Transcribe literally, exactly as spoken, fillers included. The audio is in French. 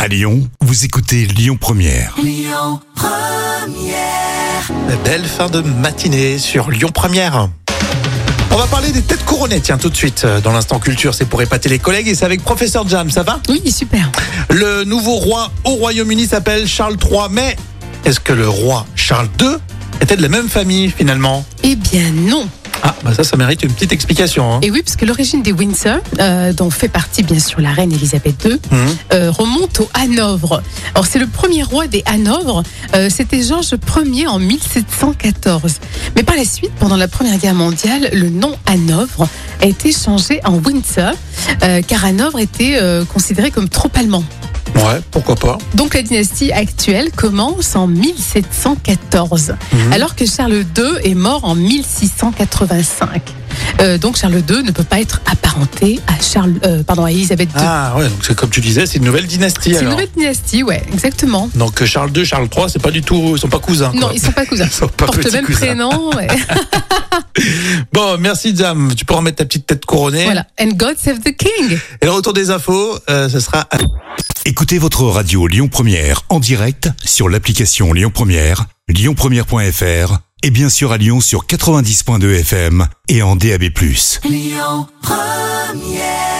À Lyon, vous écoutez Lyon Première. Lyon Première. Belle fin de matinée sur Lyon Première. On va parler des têtes couronnées, tiens, tout de suite, dans l'instant culture, c'est pour épater les collègues et c'est avec Professeur Jam, ça va ? Oui, super. Le nouveau roi au Royaume-Uni s'appelle Charles trois, mais est-ce que le roi Charles deux était de la même famille finalement ? Eh bien non. Ah, bah ça, ça mérite une petite explication. Hein. Et oui, parce que l'origine des Windsor, euh, dont fait partie bien sûr la reine Elisabeth deux, Mmh. euh, remonte au Hanovre. Alors c'est le premier roi des Hanovres, euh, c'était Georges Ier en mille sept cent quatorze. Mais par la suite, pendant la Première Guerre mondiale, le nom Hanovre a été changé en Windsor, euh, car Hanovre était euh, considéré comme trop allemand. Ouais, pourquoi pas. Donc la dynastie actuelle commence en mille sept cent quatorze, Mmh. alors que Charles deux est mort en mille six cent quatre-vingt-cinq. Euh, donc Charles deux ne peut pas être apparenté à Charles, euh, pardon, à Elisabeth deux. Ah ouais, donc c'est comme tu disais, c'est une nouvelle dynastie C'est une alors. nouvelle dynastie, ouais, exactement. Donc Charles deux, Charles trois, c'est pas du tout, ils sont pas cousins. Non, quoi. ils sont pas cousins. Ils sont pas Ils portent le petits même cousins. prénom. Ouais. Bon, merci Jam, tu pourras mettre ta petite tête couronnée. Voilà. And God save the King. Et le retour des infos, euh, ce sera... Écoutez votre radio Lyon Première en direct sur l'application Lyon Première, lyon première point f r et bien sûr à Lyon sur quatre-vingt-dix point deux F M et en D A B plus. Lyon Première.